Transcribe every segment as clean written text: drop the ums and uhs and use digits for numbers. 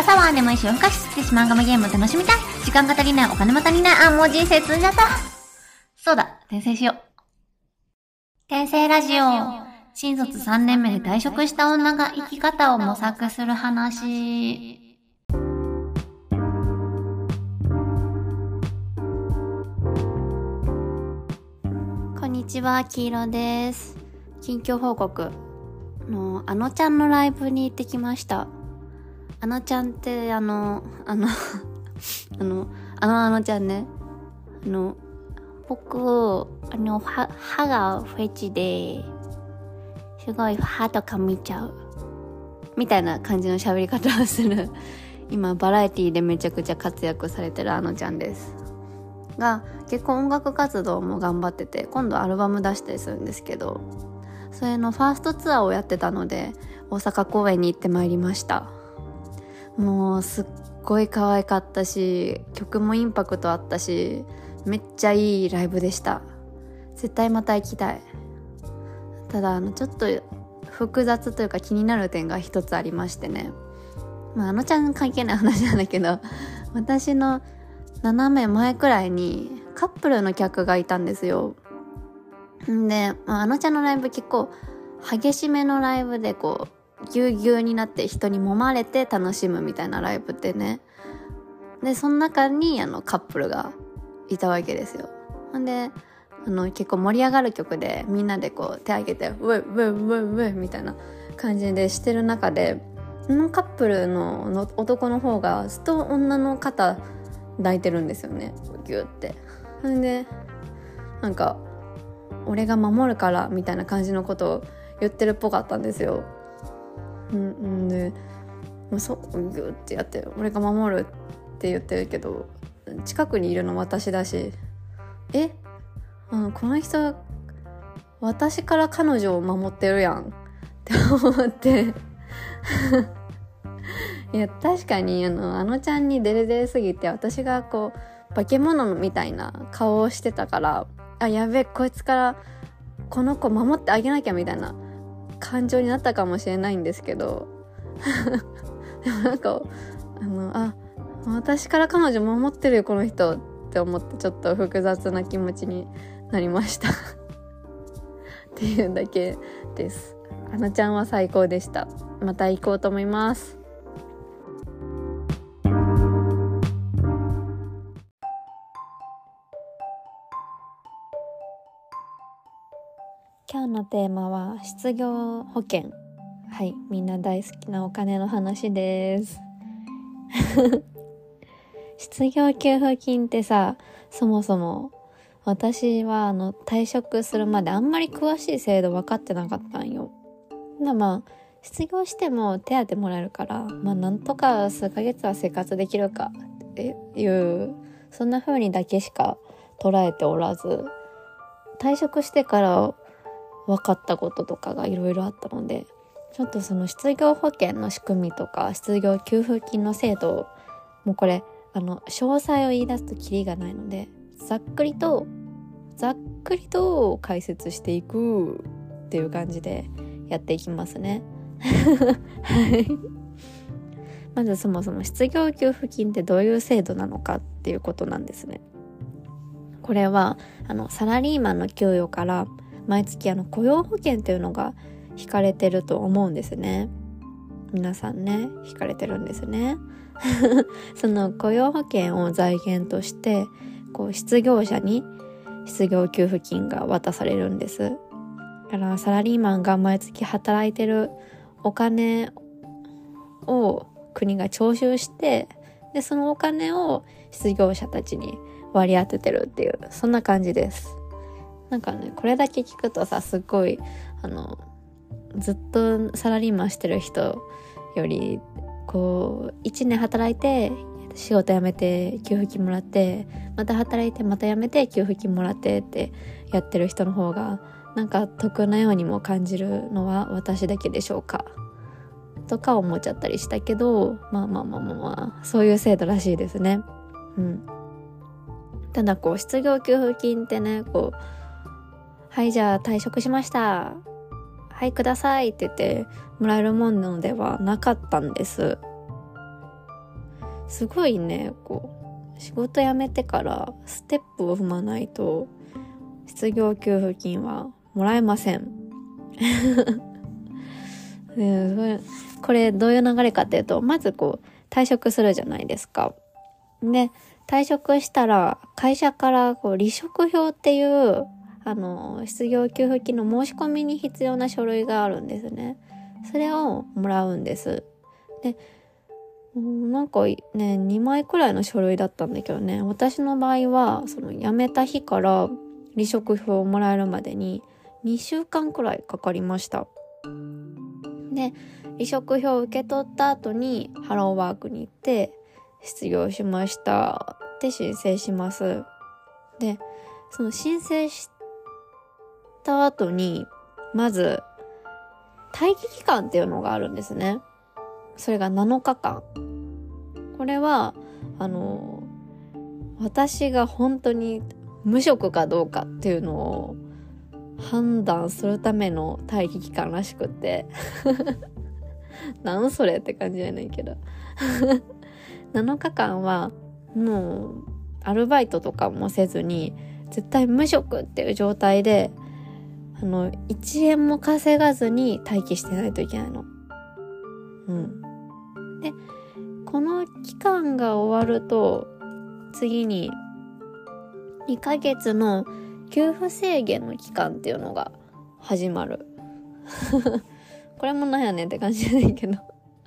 朝は眠いし夜更かししてしまうガムゲームを楽しみたい。時間が足りない、お金も足りない。もう人生積んじゃった。そうだ、転生しよう。転生ラジオ。新卒3年目で退職した女が生き方を模索する話。こんにちは、黄色です。近況報告のあのちゃんのライブに行ってきました。あのちゃんってあのちゃんね、僕歯がフェチですごい歯とか見ちゃうみたいな感じの喋り方をする今バラエティでめちゃくちゃ活躍されてるあのちゃんですが、結構音楽活動も頑張ってて、今度アルバム出したりするんですけど、それのファーストツアーをやってたので大阪公演に行ってまいりました。もうすっごい可愛かったし、曲もインパクトあったし、めっちゃいいライブでした。絶対また行きたい。ただちょっと複雑というか気になる点が一つありましてね、あのちゃん関係ない話なんだけど、私の斜め前くらいにカップルの客がいたんですよ。で、あのちゃんのライブ結構激しめのライブでこうぎゅうぎゅうになって人に揉まれて楽しむみたいなライブってね。でその中にカップルがいたわけですよ。で結構盛り上がる曲でみんなでこう手挙げてウェイウェイウェイウェイみたいな感じでしてる中で、そのカップルの男の方がずっと女の肩抱いてるんですよね、ギュって。でなんか俺が守るからみたいな感じのことを言ってるっぽかったんですよ。でギューってやって俺が守るって言ってるけど、近くにいるの私だし、この人私から彼女を守ってるやんって思っていや確かにあのちゃんにデレデレすぎて、私がこう化け物みたいな顔をしてたから、やべえこいつからこの子守ってあげなきゃみたいな感情になったかもしれないんですけどでもなんか私から彼女守ってるよこの人って思って、ちょっと複雑な気持ちになりましたっていうだけです。あのちゃんは最高でした。また行こうと思います。今日のテーマは失業保険。はい、みんな大好きなお金の話です失業給付金ってさ、そもそも私は退職するまであんまり詳しい制度分かってなかったんよ。失業しても手当もらえるから、なんとか数ヶ月は生活できるかっていうそんな風にだけしか捉えておらず、退職してから分かったこととかがいろいろあったので、ちょっとその失業保険の仕組みとか失業給付金の制度を、もうこれ詳細を言い出すとキリがないので、ざっくりと解説していくっていう感じでやっていきますねはい。まずそもそも失業給付金ってどういう制度なのかっていうことなんですね。これはサラリーマンの給与から毎月雇用保険っていうのが引かれてると思うんですね。皆さんね、引かれてるんですねその雇用保険を財源として失業者に失業給付金が渡されるんです。だからサラリーマンが毎月働いてるお金を国が徴収して、でそのお金を失業者たちに割り当ててるっていう、そんな感じです。なんかね、これだけ聞くとさ、すっごいずっとサラリーマンしてる人より1年働いて仕事辞めて給付金もらって、また働いてまた辞めて給付金もらってってやってる人の方がなんか得なようにも感じるのは私だけでしょうかとか思っちゃったりしたけど、そういう制度らしいですね。ただ失業給付金ってね、はいじゃあ退職しました、はいくださいって言ってもらえるものではなかったんです。 すごいね、こう仕事辞めてからステップを踏まないと失業給付金はもらえません。これどういう流れかっていうと、まずこう退職するじゃないですか。で、退職したら会社からこう離職票っていう失業給付金の申し込みに必要な書類があるんですね。それをもらうんです。で、なんかね、2枚くらいの書類だったんだけどね、私の場合はその辞めた日から離職票をもらえるまでに2週間くらいかかりました。で、離職票を受け取った後にハローワークに行って失業しましたって申請します。で、その申請した後にまず待機期間っていうのがあるんですね。それが7日間。これは私が本当に無職かどうかっていうのを判断するための待機期間らしくってなんそれって感じじゃないけど7日間はもうアルバイトとかもせずに絶対無職っていう状態で1円も稼がずに待機してないといけないの。で、この期間が終わると次に2ヶ月の給付制限の期間っていうのが始まるこれもなんやねんって感じじゃないけど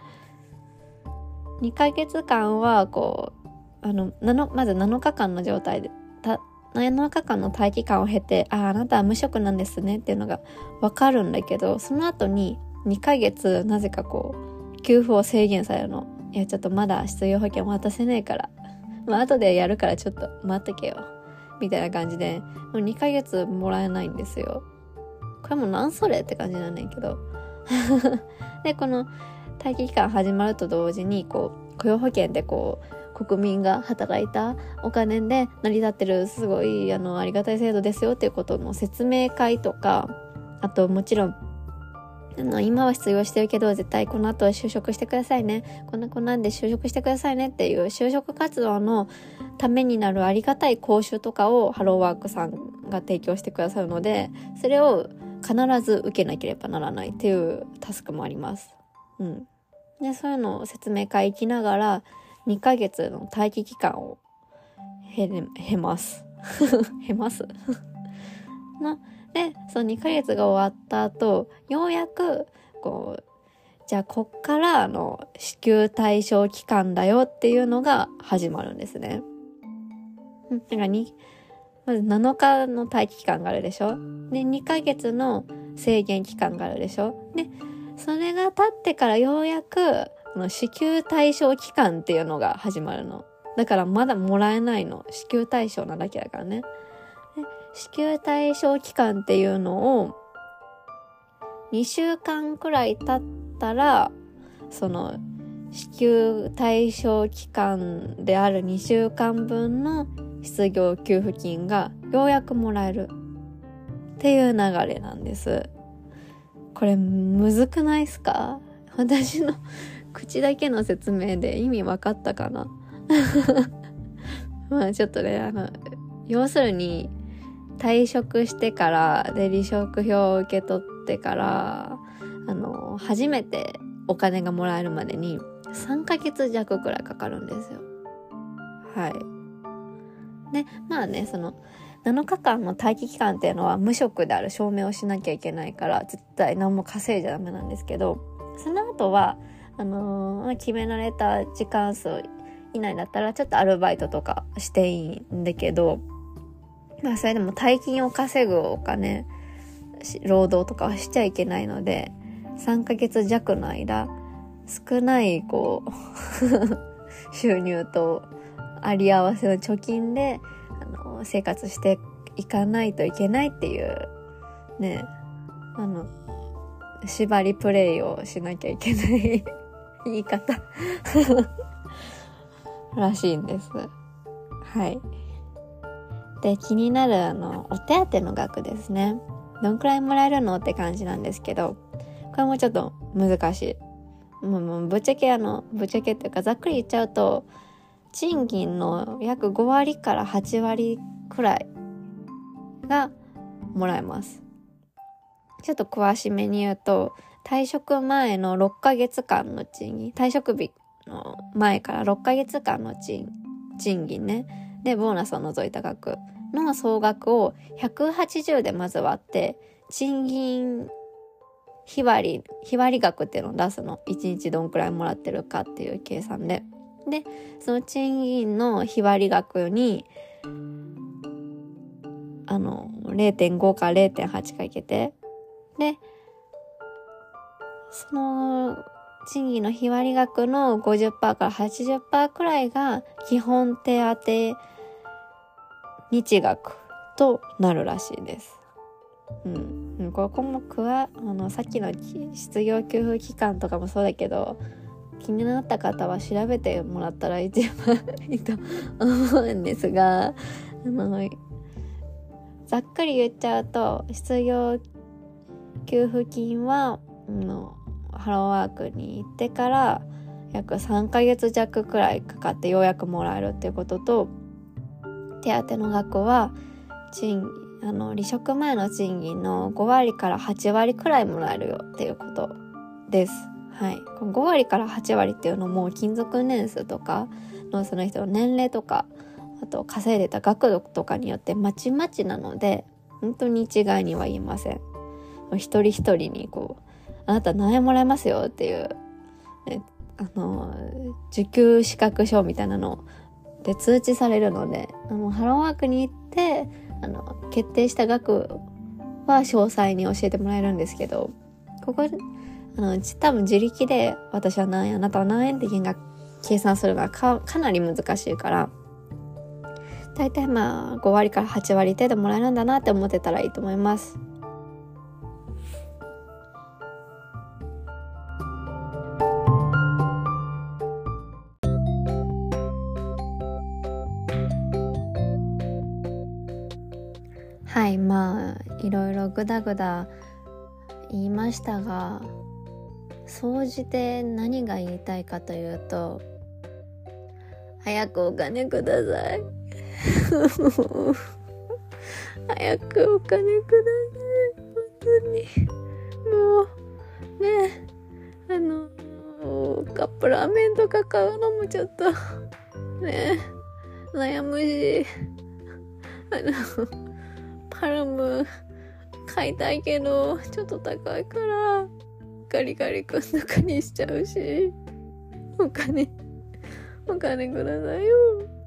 2ヶ月間はこうまず7日間の状態で7日間の待機間を経て、あなたは無職なんですねっていうのがわかるんだけど、その後に2ヶ月なぜかこう給付を制限されるの。いや、ちょっとまだ失業保険渡せないから、後でやるからちょっと待ってけよみたいな感じで、もう2ヶ月もらえないんですよ。これもなんそれって感じなんだけどで、この待機期間始まると同時にこう雇用保険でこう国民が働いたお金で成り立ってるすごいありがたい制度ですよっていうことの説明会とか、あともちろん今は失業してるけど絶対この後は就職してくださいね、こんなんで就職してくださいねっていう就職活動のためになるありがたい講習とかをハローワークさんが提供してくださるので、それを必ず受けなければならないっていうタスクもあります。で、そういうのを説明会行きながら2ヶ月の待機期間を経ます経ますで、その2ヶ月が終わった後、ようやくこうじゃあこっから支給対象期間だよっていうのが始まるんですね。だからまず7日の待機期間があるでしょ。で、2ヶ月の制限期間があるでしょ。で、それが経ってからようやく支給対象期間っていうのが始まるの。だからまだもらえないの。支給対象なだけだからね。で、支給対象期間っていうのを2週間くらい経ったら、その支給対象期間である2週間分の失業給付金がようやくもらえるっていう流れなんです。これむずくないっすか？私の口だけの説明で意味分かったかなちょっとね、要するに退職してからで離職票を受け取ってから初めてお金がもらえるまでに3ヶ月弱くらいかかるんですよ。はい。で、その7日間の待機期間っていうのは無職である証明をしなきゃいけないから絶対何も稼いじゃダメなんですけど、その後は決められた時間数以内だったらちょっとアルバイトとかしていいんだけど、それでも大金を稼ぐお金労働とかはしちゃいけないので、3ヶ月弱の間少ない収入とあり合わせの貯金で生活していかないといけないっていうね、縛りプレイをしなきゃいけない言い方らしいんです。はい。で、気になるお手当の額ですね。どんくらいもらえるのって感じなんですけど、これもちょっと難しい。もうぶっちゃけっていうかざっくり言っちゃうと、 賃金の約5割から8割くらいがもらえます。ちょっと詳しめに言うと、退職前の6ヶ月間の賃金、退職日の前から6ヶ月間の賃金ね、でボーナスを除いた額の総額を180でまず割って、賃金日割り額っていうのを出すの。1日どんくらいもらってるかっていう計算で、その賃金の日割り額に0.5 から 0.8 かけて、でその賃金の日割り額の 50% から 80% くらいが基本手当日額となるらしいです。ここもさっきの失業給付期間とかもそうだけど、気になった方は調べてもらったら一番いいと思うんですが、ざっくり言っちゃうと、失業給付金はハローワークに行ってから約3ヶ月弱くらいかかってようやくもらえるっていうことと、手当の額は離職前の賃金の5割から8割くらいもらえるよっていうことです。はい。この5割から8割っていうのも勤続年数とかのその人の年齢とか、あと稼いでた額とかによってまちまちなので、本当に一概には言いません。一人一人にあなた何円もらえますよっていう、受給資格書みたいなので通知されるので、ハローワークに行って決定した額は詳細に教えてもらえるんですけど、ここ多分自力で私は何円、あなたは何円って金額計算するのがかなり難しいから、だいたい5割から8割程度もらえるんだなって思ってたらいいと思います。はい、いろいろぐだぐだ言いましたが、総じて何が言いたいかというと、早くお金ください早くお金ください。本当にもうね、カップラーメンとか買うのもちょっとね悩むし、パルム買いたいけどちょっと高いからガリガリ君とかにしちゃうし、お金くださいよ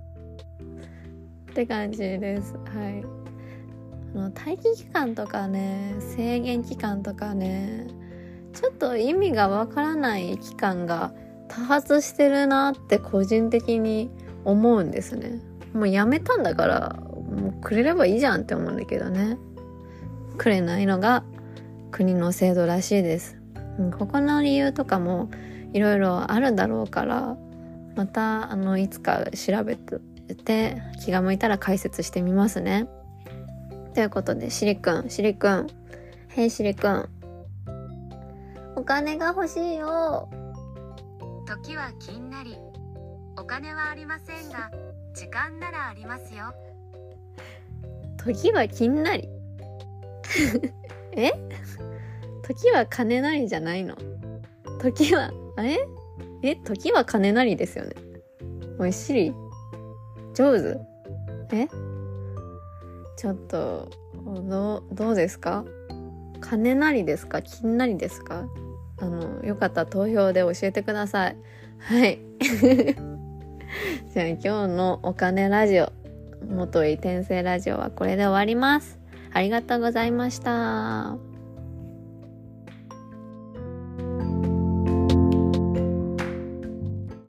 って感じです。はい。待機期間とかね、制限期間とかね、ちょっと意味がわからない期間が多発してるなって個人的に思うんですね。もうやめたんだからもうくれればいいじゃんって思うんだけどね、くれないのが国の制度らしいです。ここの理由とかもいろいろあるだろうから、またいつか調べて気が向いたら解説してみますね。ということで、シリくん、ヘイシリくん、お金が欲しいよ。 時は金なり、お金はありませんが時間ならありますよ。 時は金なり時は金なりじゃないの？時は時は金なりですよね。おいシリ上手？ちょっとどうですか？金なりですか？金なりですか？よかったら投票で教えてください。はいじゃあ今日のお金ラジオ、元井転生ラジオはこれで終わります。ありがとうございました。